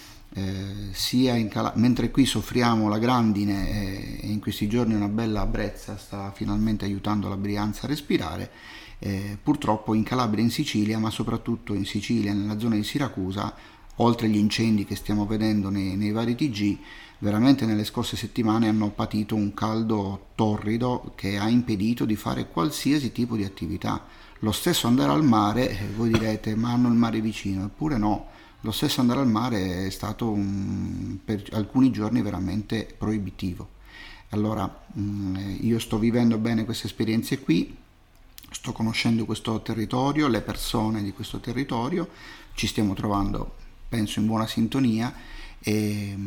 Sia mentre qui soffriamo la grandine, e in questi giorni una bella brezza sta finalmente aiutando la Brianza a respirare, purtroppo in Calabria e in Sicilia, ma soprattutto in Sicilia, nella zona di Siracusa, oltre agli incendi che stiamo vedendo nei vari TG, veramente nelle scorse settimane hanno patito un caldo torrido che ha impedito di fare qualsiasi tipo di attività. Lo stesso andare al mare, voi direte, ma hanno il mare vicino, eppure no. Lo stesso andare al mare è stato per alcuni giorni veramente proibitivo. Allora io sto vivendo bene queste esperienze qui, sto conoscendo questo territorio, le persone di questo territorio, ci stiamo trovando, penso, in buona sintonia, e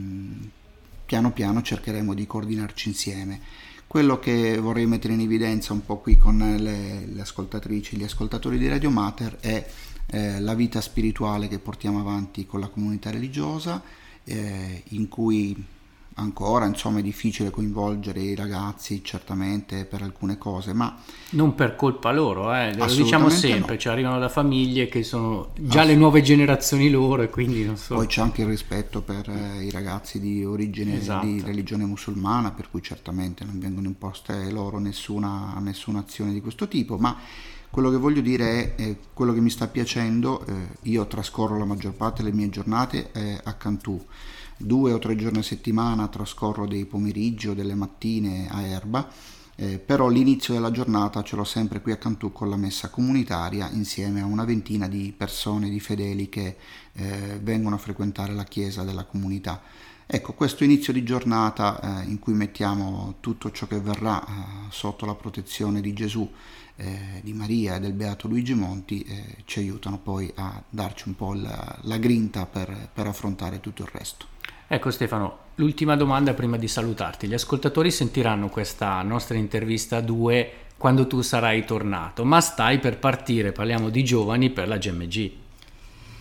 piano piano cercheremo di coordinarci insieme. Quello che vorrei mettere in evidenza un po' qui con le ascoltatrici e gli ascoltatori di Radio Mater è la vita spirituale che portiamo avanti con la comunità religiosa, in cui ancora, insomma, è difficile coinvolgere i ragazzi, certamente, per alcune cose, ma non per colpa loro, lo diciamo sempre, no. Cioè, arrivano da famiglie che sono già le nuove generazioni loro, e quindi non so. Poi c'è anche il rispetto per i ragazzi di origine, esatto, di religione musulmana, per cui certamente non vengono imposte loro nessuna azione di questo tipo, ma quello che voglio dire è quello che mi sta piacendo. Io trascorro la maggior parte delle mie giornate a Cantù, 2 o 3 giorni a settimana trascorro dei pomeriggi o delle mattine a Erba, però l'inizio della giornata ce l'ho sempre qui a Cantù con la messa comunitaria, insieme a una ventina di persone, di fedeli che vengono a frequentare la chiesa della comunità. Ecco, questo inizio di giornata in cui mettiamo tutto ciò che verrà sotto la protezione di Gesù, di Maria e del Beato Luigi Monti, ci aiutano poi a darci un po' la grinta per affrontare tutto il resto. Ecco Stefano, l'ultima domanda prima di salutarti. Gli ascoltatori sentiranno questa nostra intervista a 2 quando tu sarai tornato, ma stai per partire, parliamo di giovani, per la GMG.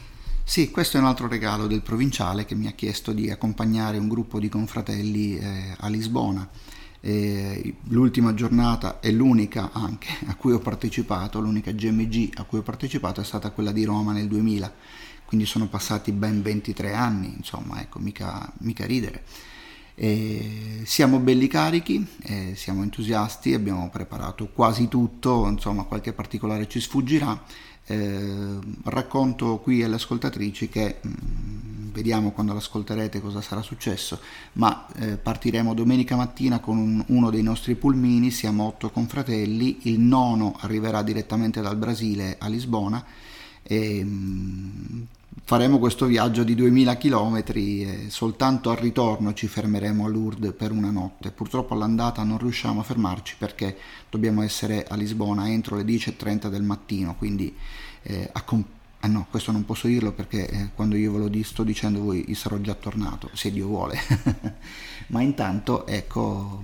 Sì, questo è un altro regalo del provinciale che mi ha chiesto di accompagnare un gruppo di confratelli a Lisbona. L'ultima giornata e l'unica anche a cui ho partecipato, l'unica GMG a cui ho partecipato è stata quella di Roma nel 2000, quindi sono passati ben 23 anni, insomma, ecco, mica ridere. Siamo belli carichi, siamo entusiasti, abbiamo preparato quasi tutto, insomma qualche particolare ci sfuggirà. Racconto qui alle ascoltatrici che vediamo quando l'ascolterete cosa sarà successo, ma partiremo domenica mattina con uno dei nostri pulmini, siamo 8 confratelli, il nono arriverà direttamente dal Brasile a Lisbona e faremo questo viaggio di 2000 km e soltanto al ritorno ci fermeremo a Lourdes per una notte. Purtroppo all'andata non riusciamo a fermarci perché dobbiamo essere a Lisbona entro le 10:30 del mattino, quindi no, questo non posso dirlo perché quando io ve lo sto dicendo voi sarò già tornato, se Dio vuole. Ma intanto, ecco,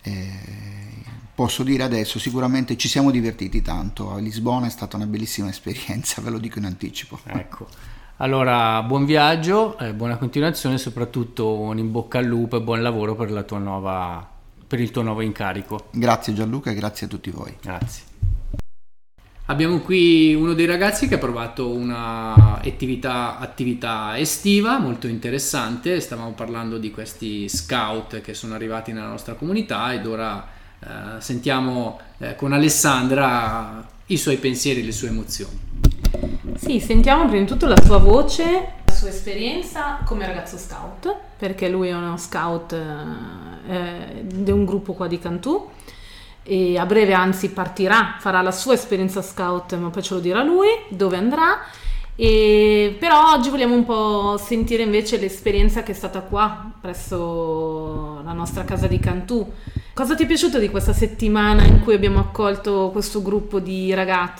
posso dire adesso, sicuramente ci siamo divertiti tanto, a Lisbona è stata una bellissima esperienza, ve lo dico in anticipo. Ecco, allora buon viaggio, buona continuazione, soprattutto un in bocca al lupo e buon lavoro per il tuo nuovo incarico. Grazie Gianluca e grazie a tutti voi. Grazie. Abbiamo qui uno dei ragazzi che ha provato una attività estiva molto interessante. Stavamo parlando di questi scout che sono arrivati nella nostra comunità ed ora sentiamo con Alessandra i suoi pensieri, le sue emozioni. Sì, sentiamo prima di tutto la sua voce, la sua esperienza come ragazzo scout, perché lui è uno scout di un gruppo qua di Cantù e a breve anzi farà la sua esperienza scout, ma poi ce lo dirà lui dove andrà. Però oggi vogliamo un po' sentire invece l'esperienza che è stata qua presso la nostra casa di Cantù. Cosa ti è piaciuto di questa settimana in cui abbiamo accolto questo gruppo di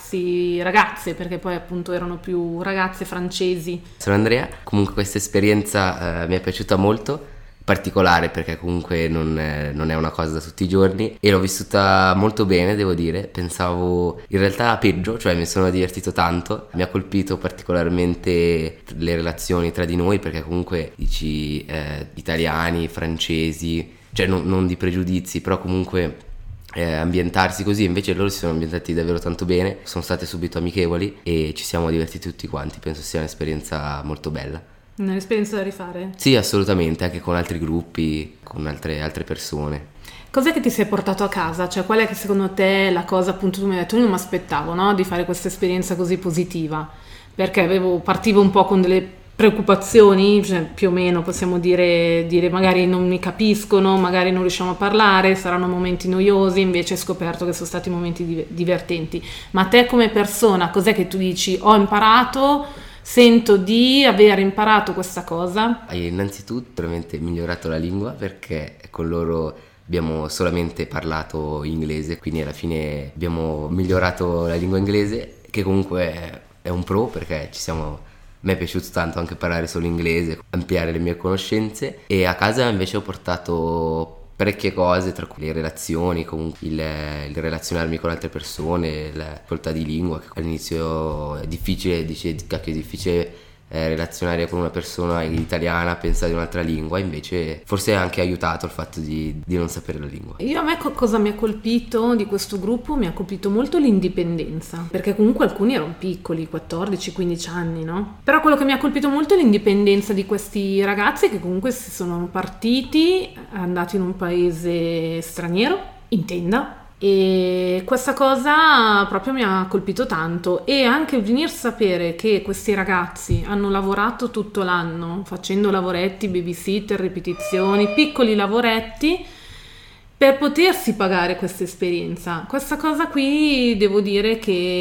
ragazze, perché poi appunto erano più ragazze francesi? Sono Andrea, comunque questa esperienza mi è piaciuta molto, particolare perché comunque non è una cosa da tutti i giorni e l'ho vissuta molto bene, devo dire. Pensavo in realtà peggio, cioè mi sono divertito tanto, mi ha colpito particolarmente le relazioni tra di noi, perché comunque dici italiani, francesi, cioè non di pregiudizi, però comunque ambientarsi così, invece loro si sono ambientati davvero tanto bene, sono state subito amichevoli e ci siamo divertiti tutti quanti. Penso sia un'esperienza molto bella. Un'esperienza da rifare? Sì, assolutamente, anche con altri gruppi, con altre persone. Cos'è che ti sei portato a casa? Cioè, qual è che secondo te la cosa, appunto, tu mi hai detto, io non mi aspettavo, no, di fare questa esperienza così positiva, perché partivo un po' con delle preoccupazioni, cioè, più o meno possiamo dire magari non mi capiscono, magari non riusciamo a parlare, saranno momenti noiosi, invece hai scoperto che sono stati momenti divertenti. Ma te come persona, cos'è che tu dici, ho imparato, sento di aver imparato questa cosa? Innanzitutto veramente migliorato la lingua, perché con loro abbiamo solamente parlato inglese, quindi alla fine abbiamo migliorato la lingua inglese, che comunque è un pro, perché a me è piaciuto tanto anche parlare solo inglese, ampliare le mie conoscenze. E a casa invece ho portato parecchie cose, tra cui le relazioni, comunque il relazionarmi con altre persone, la facoltà di lingua, che all'inizio è difficile, dici cacchio è difficile relazionare con una persona italiana, pensare di un'altra lingua, invece forse ha anche aiutato il fatto di non sapere la lingua. A me cosa mi ha colpito di questo gruppo? Mi ha colpito molto l'indipendenza, perché comunque alcuni erano piccoli, 14-15 anni, no? Però quello che mi ha colpito molto è l'indipendenza di questi ragazzi che comunque si sono partiti, andati in un paese straniero, in tenda. E questa cosa proprio mi ha colpito tanto, e anche venir sapere che questi ragazzi hanno lavorato tutto l'anno facendo lavoretti, babysitter, ripetizioni, piccoli lavoretti per potersi pagare questa esperienza. Questa cosa qui devo dire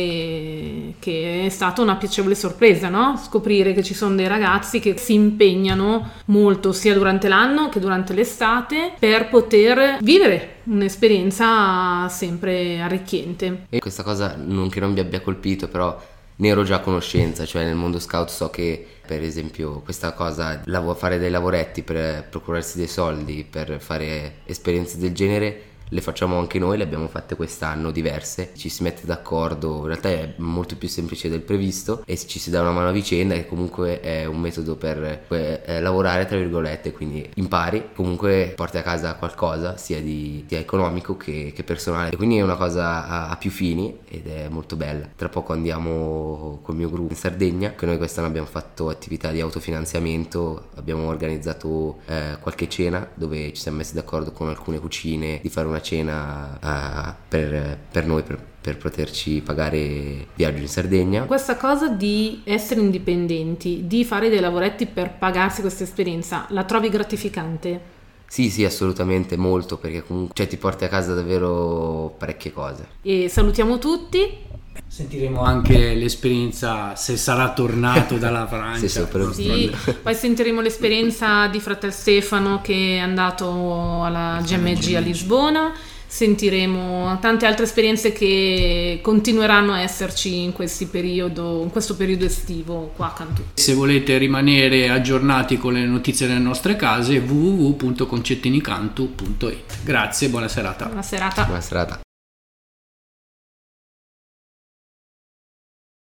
che è stata una piacevole sorpresa, no? Scoprire che ci sono dei ragazzi che si impegnano molto sia durante l'anno che durante l'estate per poter vivere un'esperienza sempre arricchente. E questa cosa non mi abbia colpito, però ne ero già a conoscenza, cioè nel mondo scout so che per esempio questa cosa, fare dei lavoretti per procurarsi dei soldi, per fare esperienze del genere, le facciamo anche noi, le abbiamo fatte quest'anno diverse, ci si mette d'accordo, in realtà è molto più semplice del previsto e ci si dà una mano a vicenda, che comunque è un metodo per lavorare tra virgolette, quindi impari, comunque porti a casa qualcosa sia economico che personale, e quindi è una cosa a più fini ed è molto bella. Tra poco andiamo col mio gruppo in Sardegna, che noi quest'anno abbiamo fatto attività di autofinanziamento, abbiamo organizzato qualche cena dove ci siamo messi d'accordo con alcune cucine di fare una cena per noi, per poterci pagare viaggio in Sardegna. Questa cosa di essere indipendenti, di fare dei lavoretti per pagarsi questa esperienza, la trovi gratificante? Sì, assolutamente, molto, perché comunque ti porti a casa davvero parecchie cose. E salutiamo tutti. Sentiremo anche l'esperienza se sarà tornato dalla Francia. Sì, poi sentiremo l'esperienza di fratel Stefano che è andato alla GMG a Lisbona, sentiremo tante altre esperienze che continueranno a esserci in questo periodo estivo qua a Cantù. Se volete rimanere aggiornati con le notizie delle nostre case, www.concettinicantu.it. Grazie, buona serata. Buona serata. Buona serata.